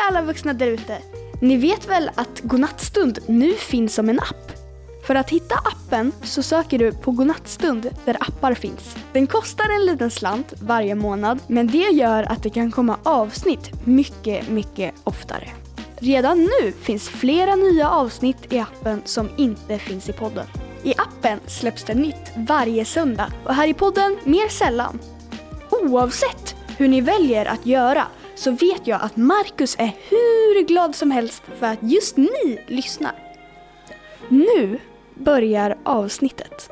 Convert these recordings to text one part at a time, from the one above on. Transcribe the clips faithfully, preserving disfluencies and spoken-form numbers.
alla vuxna där ute. Ni vet väl att Godnattstund nu finns som en app? För att hitta appen så söker du på Godnattstund där appar finns. Den kostar en liten slant varje månad, men det gör att det kan komma avsnitt mycket, mycket oftare. Redan nu finns flera nya avsnitt i appen som inte finns i podden. I appen släpps det nytt varje söndag och här i podden mer sällan. Oavsett hur ni väljer att göra så vet jag att Marcus är hur glad som helst för att just ni lyssnar. Nu börjar avsnittet.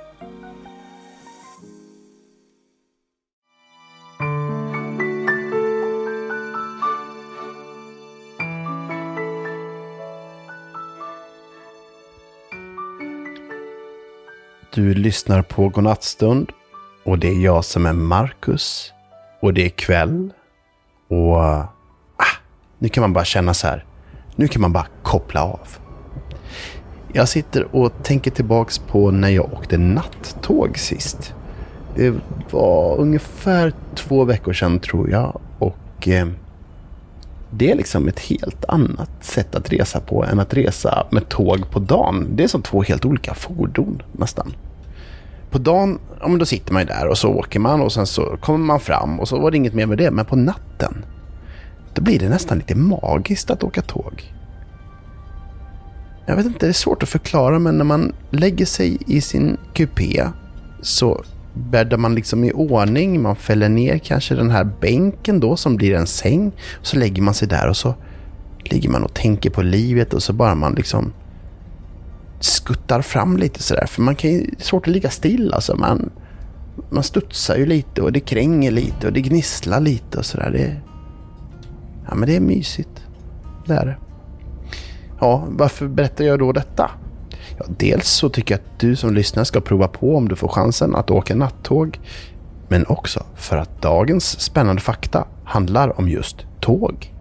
Du lyssnar på Godnattstund och det är jag som är Marcus och det är kväll och ah, nu kan man bara känna så här. Nu kan man bara koppla av. Jag sitter och tänker tillbaks på när jag åkte nattåg sist. Det var ungefär två veckor sedan tror jag och eh, det är liksom ett helt annat sätt att resa på än att resa med tåg på dagen. Det är som två helt olika fordon nästan. På dagen, ja, men då sitter man ju där och så åker man och sen så kommer man fram och så var det inget mer med det. Men på natten, då blir det nästan lite magiskt att åka tåg. Jag vet inte, det är svårt att förklara, men när man lägger sig i sin kupé så bäddar man liksom i ordning. Man fäller ner kanske den här bänken då som blir en säng. Så lägger man sig där och så ligger man och tänker på livet och så bara man liksom skuttar fram lite sådär. För man kan ju, det är svårt att ligga still alltså. Man, man studsar ju lite och det kränger lite och det gnisslar lite och sådär. Det, ja, men det är mysigt. Det är det. Ja, varför berättar jag då detta? Ja, dels så tycker jag att du som lyssnar ska prova på om du får chansen att åka nattåg. Men också för att dagens spännande fakta handlar om just tåg.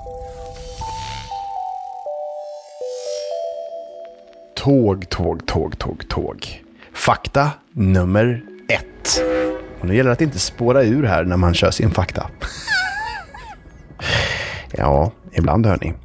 Tåg, tåg, tåg, tåg, tåg. Fakta nummer ett. Och nu gäller det att inte spåra ur här när man kör sin fakta. Ja, ibland hör ni.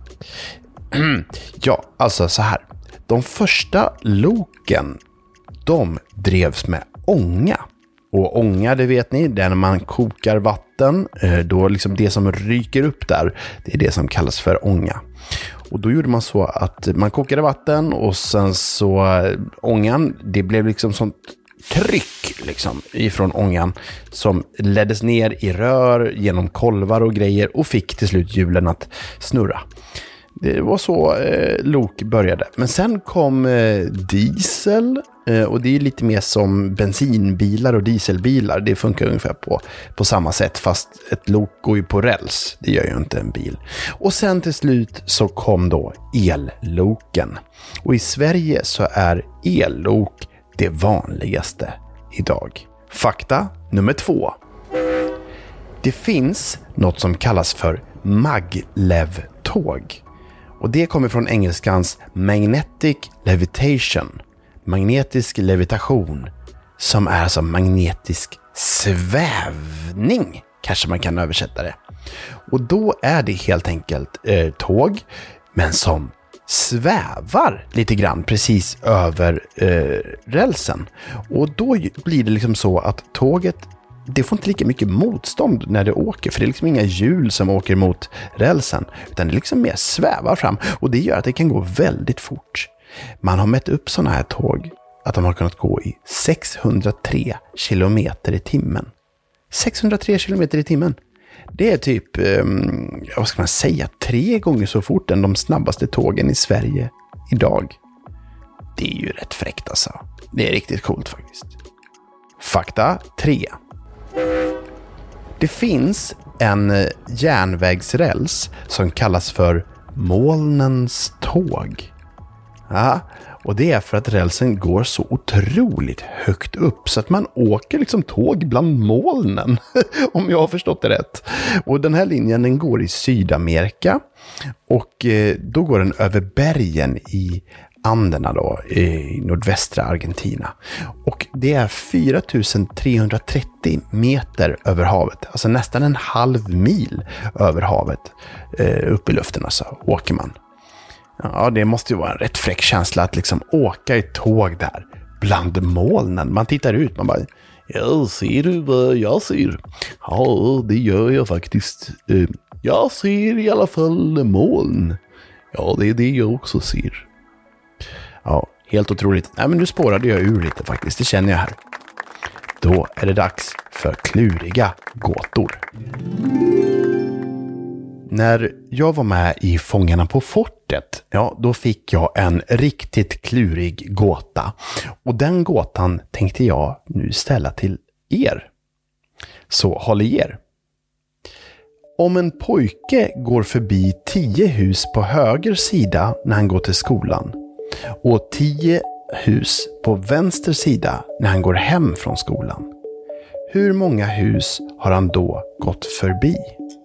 Ja, alltså så här. De första loken, de drevs med ånga. Och ånga, det vet ni, det är när man kokar vatten. Då liksom det som ryker upp där, det är det som kallas för ånga. Och då gjorde man så att man kokade vatten och sen så ångan, det blev liksom sånt tryck liksom ifrån ångan som leddes ner i rör genom kolvar och grejer och fick till slut hjulen att snurra. Det var så eh, lok började. Men sen kom eh, diesel eh, och det är lite mer som bensinbilar och dieselbilar. Det funkar ungefär på, på samma sätt, fast ett lok går ju på räls. Det gör ju inte en bil. Och sen till slut så kom då elloken. Och i Sverige så är ellok det vanligaste idag. Fakta nummer två. Det finns något som kallas för maglev-tåg. Och det kommer från engelskans magnetic levitation. Magnetisk levitation. Som är som magnetisk svävning. Kanske man kan översätta det. Och då är det helt enkelt eh, tåg. Men som svävar lite grann precis över eh, rälsen. Och då blir det liksom så att tåget, det får inte lika mycket motstånd när det åker. För det är liksom inga hjul som åker mot rälsen. Utan det liksom mer svävar fram. Och det gör att det kan gå väldigt fort. Man har mätt upp sådana här tåg att de har kunnat gå i sexhundratre kilometer i timmen. sexhundratre kilometer i timmen. Det är typ, um, vad ska man säga, tre gånger så fort än de snabbaste tågen i Sverige idag. Det är ju rätt fräckt alltså. Det är riktigt coolt faktiskt. Fakta tre. Det finns en järnvägsräls som kallas för molnens tåg. Ja, Och det är för att rälsen går så otroligt högt upp så att man åker liksom tåg bland molnen, om jag har förstått det rätt. Och den här linjen den går i Sydamerika och eh, då går den över bergen i Anderna då, i nordvästra Argentina. Och det är fyra tusen trehundratrettio meter över havet, alltså nästan en halv mil över havet eh, upp i luften alltså, åker man. Ja, det måste ju vara en rätt fräck känsla att liksom åka i tåg där bland molnen. Man tittar ut, man bara, ja, ser du vad jag ser? Ja, det gör jag faktiskt. Jag ser i alla fall moln. Ja, det är det jag också ser. Ja, helt otroligt. Nej, men nu spårade jag ur lite faktiskt, det känner jag här. Då är det dags för kluriga gåtor. När jag var med i Fångarna på fortet, ja, då fick jag en riktigt klurig gåta. Och den gåtan tänkte jag nu ställa till er. Så håll i er. Om en pojke går förbi tio hus på höger sida när han går till skolan och tio hus på vänster sida när han går hem från skolan, hur många hus har han då gått förbi?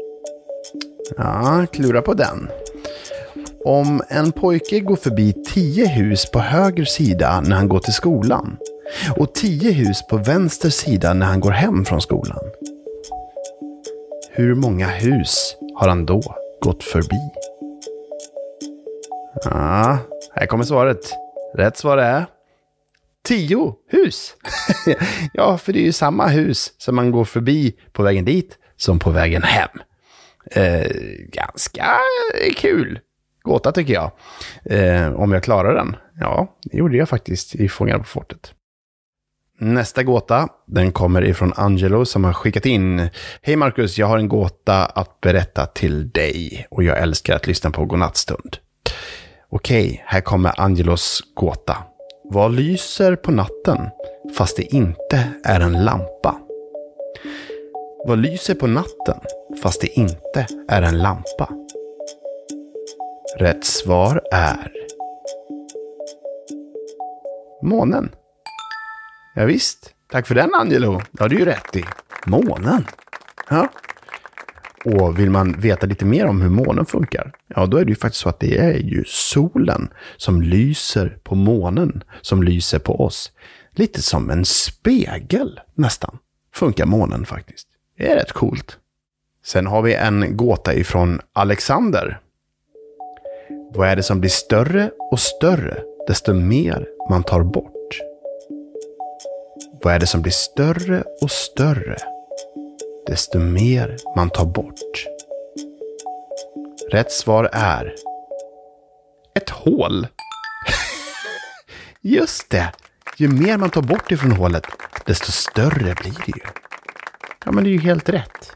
Ja, klura på den. Om en pojke går förbi tio hus på höger sida när han går till skolan och tio hus på vänster sida när han går hem från skolan, hur många hus har han då gått förbi? Ja, här kommer svaret. Rätt svar är tio hus. Ja, för det är ju samma hus som man går förbi på vägen dit som på vägen hem. Eh, ganska kul gåta tycker jag. Eh, om jag klarar den. Ja, det gjorde jag faktiskt i Fångarna på fortet. Nästa gåta, den kommer ifrån Angelo som har skickat in. Hej Marcus, jag har en gåta att berätta till dig och jag älskar att lyssna på godnattstund. Okej, här kommer Angelos gåta. Vad lyser på natten fast det inte är en lampa? Vad lyser på natten fast det inte är en lampa? Rätt svar är månen. Ja, visst. Tack för den, Angelo. Det har du ju rätt i. Månen. Ja. Och vill man veta lite mer om hur månen funkar, ja, då är det ju faktiskt så att det är ju solen som lyser på månen, som lyser på oss. Lite som en spegel nästan. Funkar månen faktiskt. Det är rätt coolt. Sen har vi en gåta ifrån Alexander. Vad är det som blir större och större desto mer man tar bort? Vad är det som blir större och större desto mer man tar bort? Rätt svar är ett hål. Just det. Ju mer man tar bort ifrån hålet, desto större blir det ju. Ja, men det är ju helt rätt.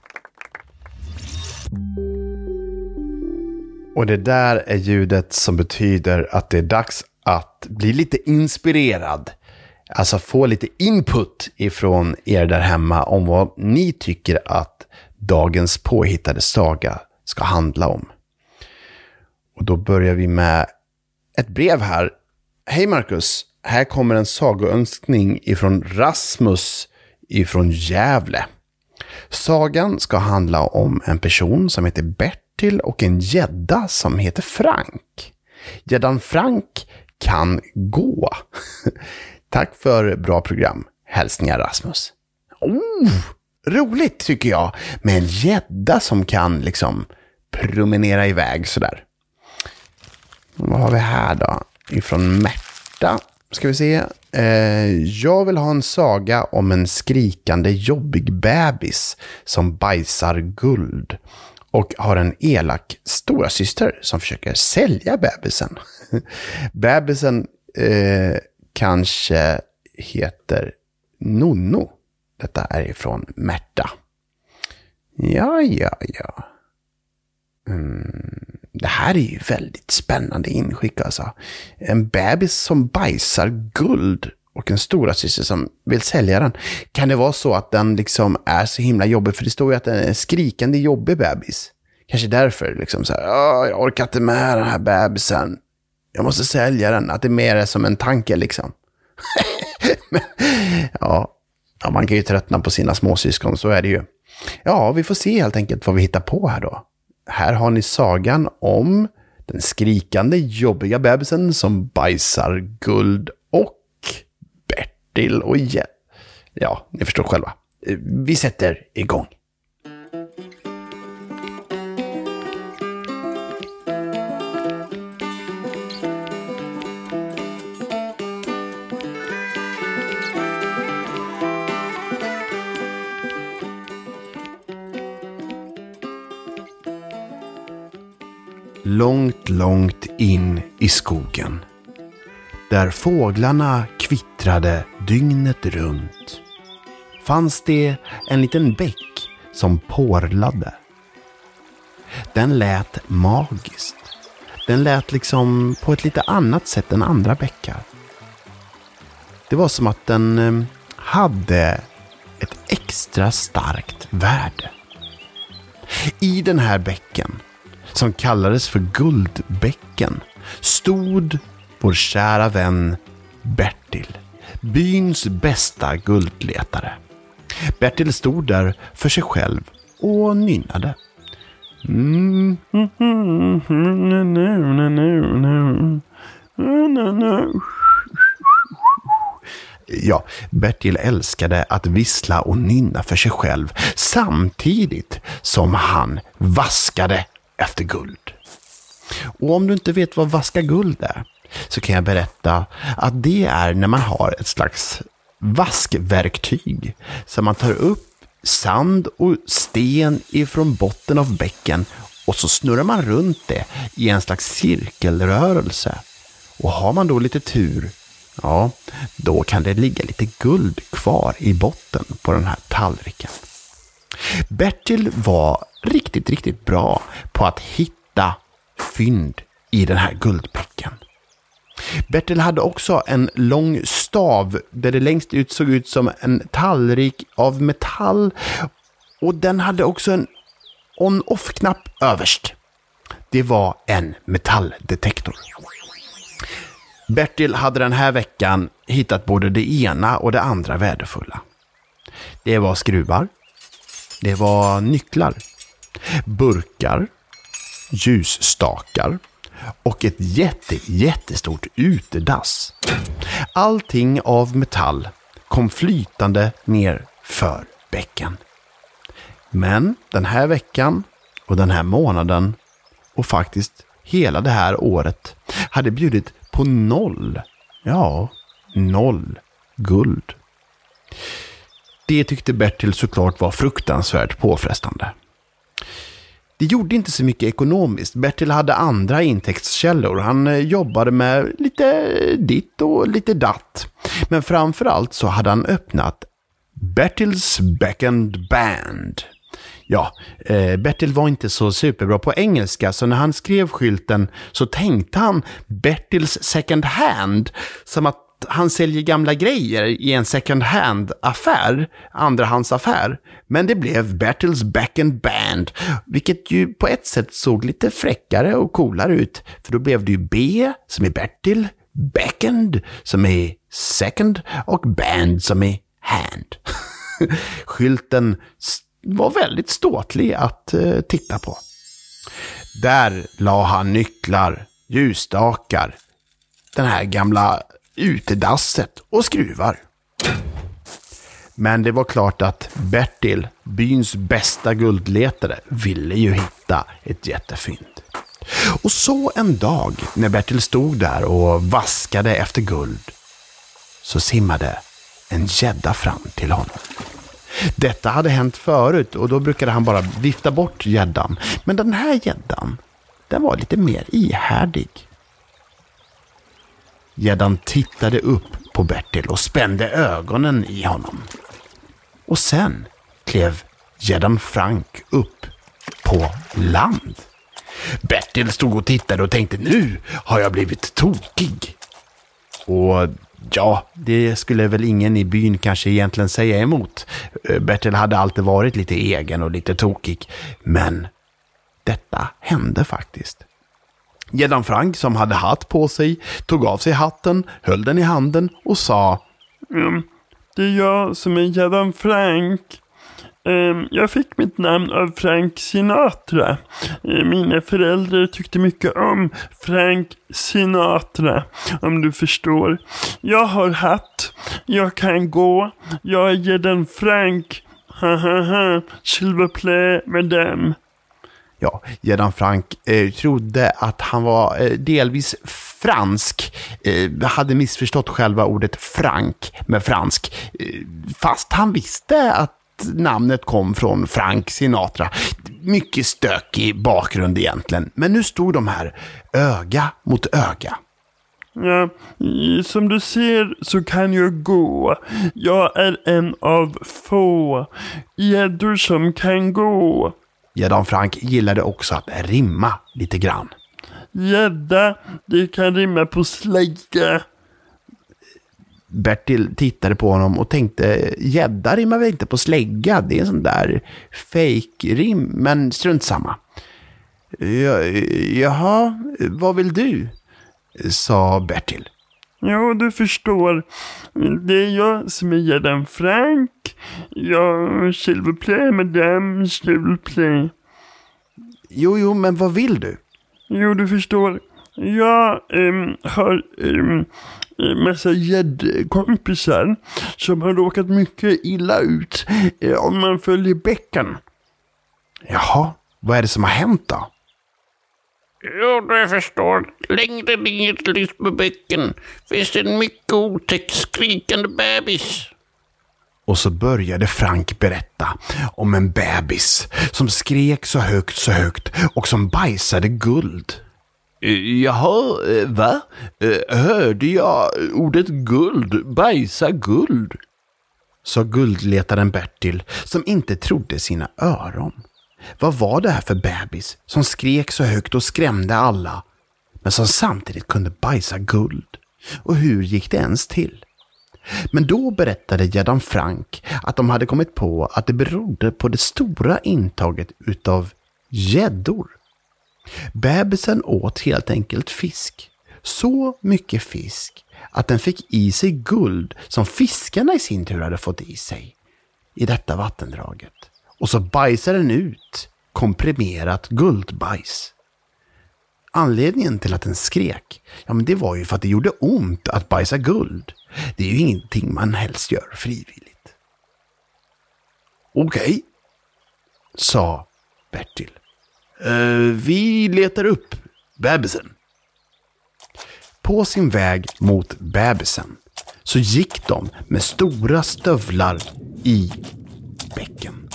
Och det där är ljudet som betyder att det är dags att bli lite inspirerad. Alltså få lite input ifrån er där hemma om vad ni tycker att dagens påhittade saga ska handla om. Och då börjar vi med ett brev här. Hej Marcus, här kommer en sagoönskning ifrån Rasmus ifrån Gävle. Sagan ska handla om en person som heter Bertil och en gädda som heter Frank. Gäddan Frank kan gå. Tack för bra program. Hälsningar Rasmus. Oh, roligt tycker jag. Med en gädda som kan liksom promenera iväg sådär. Vad har vi här då? Ifrån Märta. Ska vi se. Eh, jag vill ha en saga om en skrikande jobbig bebis som bajsar guld. Och har en elak stora syster som försöker sälja bebisen. Bebisen eh, kanske heter Nonno. Detta är ifrån Märta. Ja, ja, ja. Mm, det här är ju väldigt spännande inskick alltså. En bebis som bajsar guld och en stora syster som vill sälja den. Kan det vara så att den liksom är så himla jobbig? För det står ju att den är en skrikande jobbig bebis. Kanske därför liksom så här, jag orkar inte med den här bebisen. Jag måste sälja den, att det är mer som en tanke liksom. Men, ja, ja, man kan ju tröttna på sina småsyskon, så är det ju. Ja, vi får se helt enkelt vad vi hittar på här då. Här har ni sagan om den skrikande, jobbiga bebisen som bajsar guld och Bertil och Jed. Ja, ni förstår själva. Vi sätter igång. Långt, långt in i skogen, där fåglarna kvittrade dygnet runt, fanns det en liten bäck som porlade. Den lät magiskt. Den lät liksom på ett lite annat sätt än andra bäckar. Det var som att den hade ett extra starkt värde. I den här bäcken, som kallades för Guldbäcken, stod vår kära vän Bertil, byns bästa guldletare. Bertil stod där för sig själv och nynnade. Mm. Ja, Bertil älskade att vissla och nynna för sig själv samtidigt som han vaskade efter guld. Och om du inte vet vad vaska guld är, så kan jag berätta att det är när man har ett slags vaskverktyg som man tar upp sand och sten ifrån botten av bäcken och så snurrar man runt det i en slags cirkelrörelse. Och har man då lite tur, ja, då kan det ligga lite guld kvar i botten på den här tallriken. Bertil var riktigt, riktigt bra på att hitta fynd i den här guldbäcken. Bertil hade också en lång stav där det längst ut såg ut som en tallrik av metall, och den hade också en on-off-knapp överst. Det var en metalldetektor. Bertil hade den här veckan hittat både det ena och det andra värdefulla. Det var skruvar, det var nycklar, burkar, ljusstakar och ett jätte, jättestort utedass. Allting av metall kom flytande ner för bäcken. Men den här veckan och den här månaden och faktiskt hela det här året hade bjudit på noll. Ja, noll guld. Det tyckte Bertil såklart var fruktansvärt påfrestande. Det gjorde inte så mycket ekonomiskt. Bertil hade andra intäktskällor. Han jobbade med lite ditt och lite datt. Men framförallt så hade han öppnat Bertils Back and Band. Ja, eh, Bertil var inte så superbra på engelska, så när han skrev skylten så tänkte han Bertils Second Hand, som att han säljer gamla grejer i en second hand-affär, andrahandsaffär. Men det blev Bertils Back and Band, vilket ju på ett sätt såg lite fräckare och coolare ut. För då blev det ju B som är Bertil, Backend som är second och Band som är hand. Skylten var väldigt ståtlig att uh, titta på. Där la han nycklar, ljusstakar, den här gamla utedasset och skruvar. Men det var klart att Bertil, byns bästa guldletare, ville ju hitta ett jättefynd. Och så en dag när Bertil stod där och vaskade efter guld, så simmade en gädda fram till honom. Detta hade hänt förut och då brukade han bara vifta bort gäddan. Men den här gäddan, den var lite mer ihärdig. Gäddan tittade upp på Bertil och spände ögonen i honom. Och sen klev gäddan Frank upp på land. Bertil stod och tittade och tänkte, nu har jag blivit tokig. Och ja, det skulle väl ingen i byn kanske egentligen säga emot. Bertil hade alltid varit lite egen och lite tokig. Men detta hände faktiskt. Gäddan Frank, som hade hatt på sig, tog av sig hatten, höll den i handen och sa: Mm, det är jag som är Gäddan Frank. Um, jag fick mitt namn av Frank Sinatra. Uh, mina föräldrar tyckte mycket om Frank Sinatra, om du förstår. Jag har hatt, jag kan gå, jag är Gäddan Frank. Ha ha ha, s'il vous plaît, madame. Ja, Gäddan Frank eh, trodde att han var eh, delvis fransk. Eh, hade missförstått själva ordet frank med fransk. Eh, fast han visste att namnet kom från Frank Sinatra. Mycket stökig bakgrund egentligen. Men nu stod de här öga mot öga. Ja, som du ser så kan jag gå. Jag är en av få gäddor som kan gå. Gäddan Frank gillade också att rimma lite grann. Gädda, det kan rimma på slägga. Bertil tittade på honom och tänkte, gädda rimmar väl inte på slägga? Det är en sån där fake-rim, men strunt samma. Ja, jaha, vad vill du? Sa Bertil. Ja, du förstår. Det är jag som är Gäddan Frank. Ja, s'il vous plaît, madame, s'il vous plaît. Jo, jo, men vad vill du? Jo, du förstår. Jag um, har um, massa gäddkompisar som har råkat mycket illa ut uh, om man följer bäcken. Jaha, vad är det som har hänt då? Jo, du förstår. Längre ner längs med bäcken finns det en mycket otäck skrikande bebis. Och så började Frank berätta om en bebis som skrek så högt så högt och som bajsade guld. Jaha, va? Hörde jag ordet guld, bajsa guld? Sa guldletaren Bertil, som inte trodde sina öron. Vad var det här för bebis som skrek så högt och skrämde alla, men som samtidigt kunde bajsa guld? Och hur gick det ens till? Men då berättade Gäddan Frank att de hade kommit på att det berodde på det stora intaget utav gäddor. Bebisen åt helt enkelt fisk. Så mycket fisk att den fick i sig guld som fiskarna i sin tur hade fått i sig i detta vattendraget. Och så bajsade den ut komprimerat guldbajs. Anledningen till att den skrek, ja men det var ju för att det gjorde ont att bajsa guld. Det är ju ingenting man helst gör frivilligt. Okej, okay, sa Bertil. Uh, vi letar upp bebisen. På sin väg mot bebisen så gick de med stora stövlar i bäcken.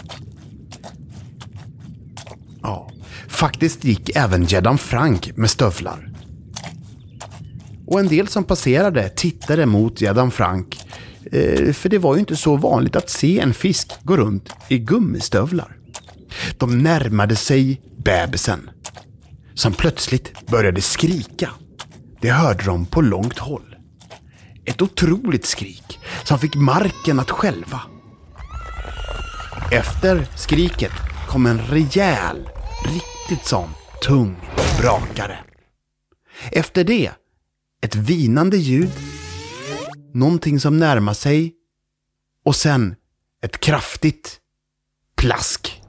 Ja, faktiskt gick även Gäddan Frank med stövlar. Och en del som passerade tittade mot Gäddan Frank, eh, för det var ju inte så vanligt att se en fisk gå runt i gummistövlar. De närmade sig bebisen, som plötsligt började skrika. Det hörde de på långt håll. Ett otroligt skrik som fick marken att skälva. Efter skriket kom en rejäl, riktigt sån tung brakare. Efter det ett vinande ljud, någonting som närmar sig och sen ett kraftigt plask.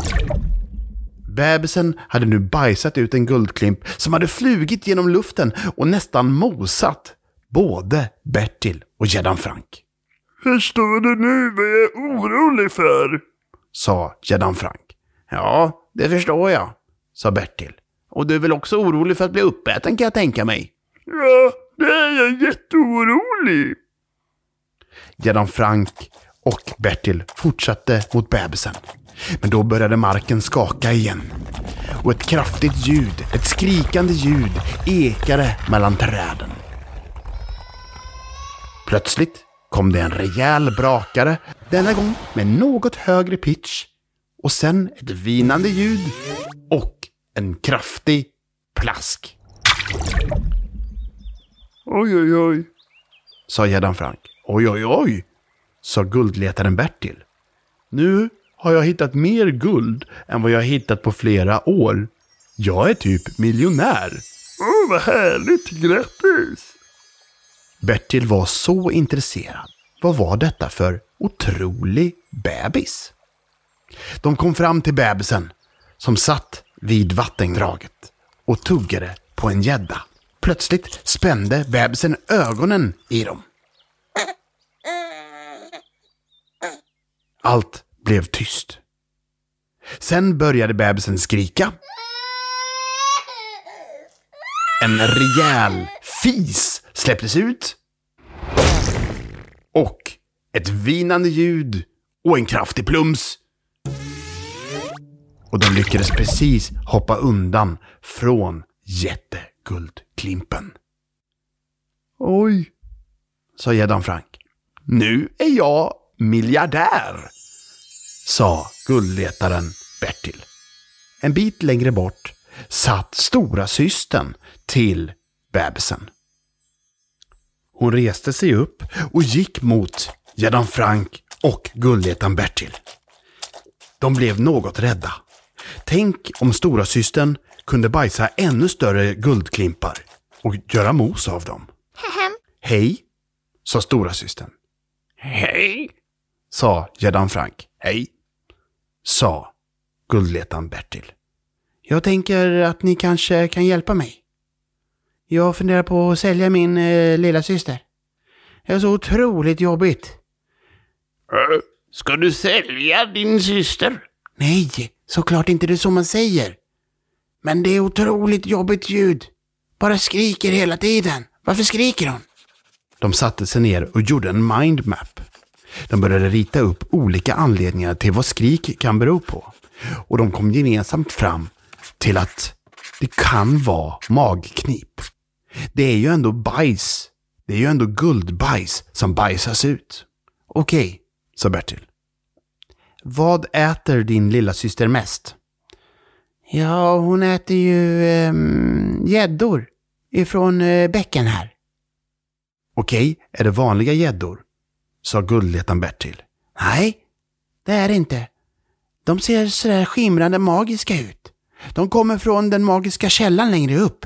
Bebisen hade nu bajsat ut en guldklimp som hade flugit genom luften och nästan mosat både Bertil och Gäddan Frank. Förstår du nu vad jag är orolig för? Sa Gäddan Frank. Ja, det förstår jag, sa Bertil. Och du är väl också orolig för att bli uppäten, kan jag tänka mig. Ja, det är jag jätteorolig. Gäddan Frank och Bertil fortsatte mot bebisen. Men då började marken skaka igen. Och ett kraftigt ljud, ett skrikande ljud, ekade mellan träden. Plötsligt kom det en rejäl brakare, denna gång med något högre pitch. Och sen ett vinande ljud och en kraftig plask. Oj, oj, oj, sa Gäddan Frank. Oj, oj, oj, sa guldletaren Bertil. Nu har jag hittat mer guld än vad jag hittat på flera år. Jag är typ miljonär. Åh, oh, vad härligt, grattis! Bertil var så intresserad. Vad var detta för otrolig bebis? De kom fram till bebisen som satt vid vattendraget och tuggade på en gädda. Plötsligt spände bebisen ögonen i dem. Allt blev tyst. Sen började bebisen skrika. En rejäl fis släpptes ut. Och ett vinande ljud och en kraftig plums. Och de lyckades precis hoppa undan från jätteguldklimpen. Oj, sa gäddan Frank. Nu är jag miljardär, sa guldletaren Bertil. En bit längre bort satt stora systern till bebisen. Hon reste sig upp och gick mot gäddan Frank och guldletaren Bertil. De blev något rädda. Tänk om stora systern kunde bajsa ännu större guldklimpar och göra mos av dem. Hej, sa stora systern. Hej, Sa gäddan Frank. Hej, sa guldletaren Bertil. Jag tänker att ni kanske kan hjälpa mig. Jag funderar på att sälja min eh, lilla syster. Det är så otroligt jobbigt. äh, ska du sälja din syster? Nej, såklart inte det som man säger. Men det är otroligt jobbigt ljud. Bara skriker hela tiden. Varför skriker hon? De satte sig ner och gjorde en mindmap. De började rita upp olika anledningar till vad skrik kan bero på. Och de kom gemensamt fram till att det kan vara magknip. Det är ju ändå bajs. Det är ju ändå guldbajs som bajsas ut. Okej, sa Bertil. Vad äter din lilla syster mest? Ja, hon äter ju ähm, gäddor ifrån äh, bäcken här. Okej, är det vanliga gäddor? Sa guldletaren Bertil. Nej, det är det inte. De ser sådär skimrande magiska ut. De kommer från den magiska källan längre upp.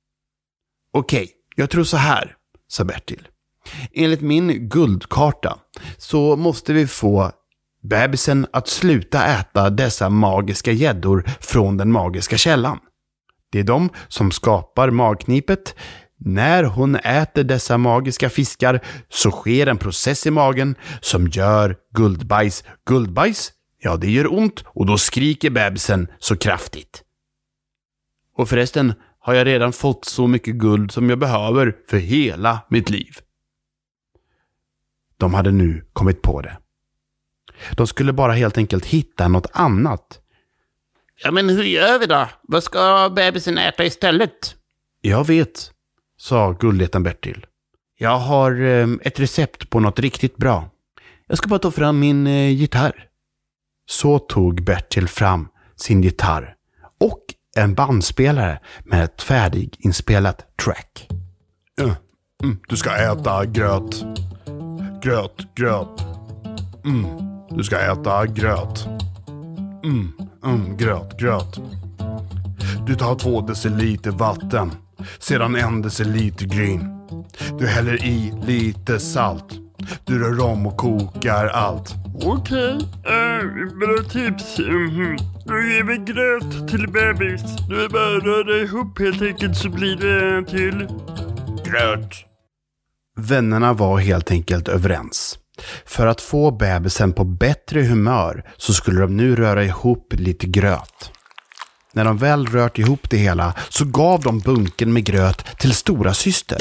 Okej, jag tror så här, sa Bertil. Enligt min guldkarta så måste vi få bebisen att sluta äta dessa magiska gäddor från den magiska källan. Det är de som skapar magknipet. När hon äter dessa magiska fiskar så sker en process i magen som gör guldbajs. Guldbajs, ja det gör ont och då skriker bebisen så kraftigt. Och förresten har jag redan fått så mycket guld som jag behöver för hela mitt liv. De hade nu kommit på det. De skulle bara helt enkelt hitta något annat. Ja, men hur gör vi då? Vad ska bebisen äta istället? Jag vet, sa guldletaren Bertil. Jag har eh, ett recept på något riktigt bra. Jag ska bara ta fram min eh, gitarr. Så tog Bertil fram sin gitarr och en bandspelare med ett färdiginspelat track. Uh, mm, du ska äta gröt. Gröt, gröt. Mm, du ska äta gröt. Mm, mm, gröt, gröt. Du tar två deciliter vatten. Sedan en deciliter gryn. Du häller i lite salt. Du rör om och kokar allt. Okej, äh, bra tips. Mm-hmm. Då ger vi gröt till bebis. Du är bara röra ihop helt enkelt så blir det till gröt. Vännerna var helt enkelt överens. För att få bebisen på bättre humör så skulle de nu röra ihop lite gröt. När de väl rört ihop det hela så gav de bunken med gröt till stora syster.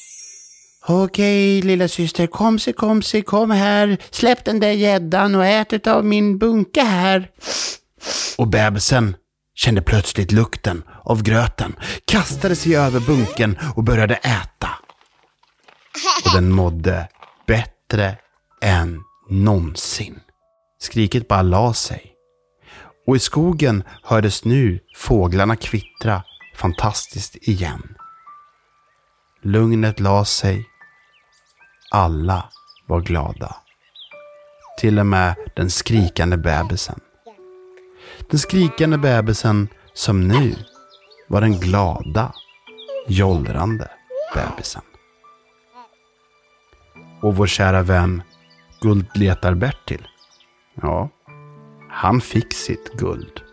Okej, lilla syster, kom sig, kom sig, kom här. Släpp den där gäddan och ät utav min bunke här. Och bebisen kände plötsligt lukten av gröten, kastade sig över bunken och började äta. Och den mådde bättre än någonsin. Skriket bara la sig. Och i skogen hördes nu fåglarna kvittra fantastiskt igen. Lugnet la sig. Alla var glada. Till och med den skrikande bebisen. Den skrikande bebisen som nu var den glada jollrande bebisen. Och vår kära vän Guldletar-Bertil, ja, han fick sitt guld.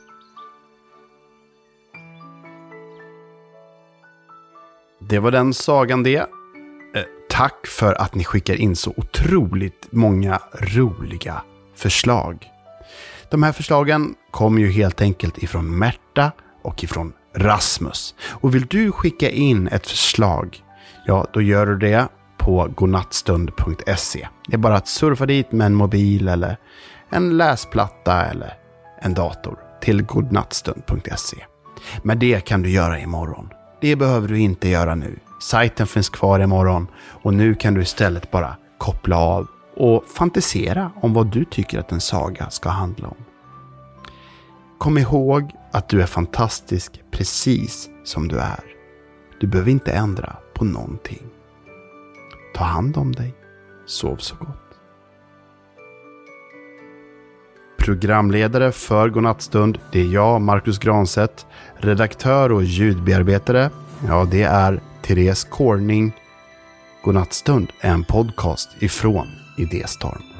Det var den sagan det. Eh, tack för att ni skickar in så otroligt många roliga förslag. De här förslagen kommer ju helt enkelt ifrån Märta och ifrån Rasmus. Och vill du skicka in ett förslag, ja då gör du det på godnattstund punkt se. Det är bara att surfa dit med en mobil eller en läsplatta eller en dator till godnattstund punkt se. Men det kan du göra imorgon. Det behöver du inte göra nu. Sajten finns kvar imorgon och nu kan du istället bara koppla av och fantisera om vad du tycker att en saga ska handla om. Kom ihåg att du är fantastisk precis som du är. Du behöver inte ändra på någonting. Ta hand om dig. Sov så gott. Programledare för Godnattstund, det är jag, Marcus Granstedt. Redaktör och ljudbearbetare, ja det är Therese Corning. Godnattstund är en podcast ifrån Idéstorm.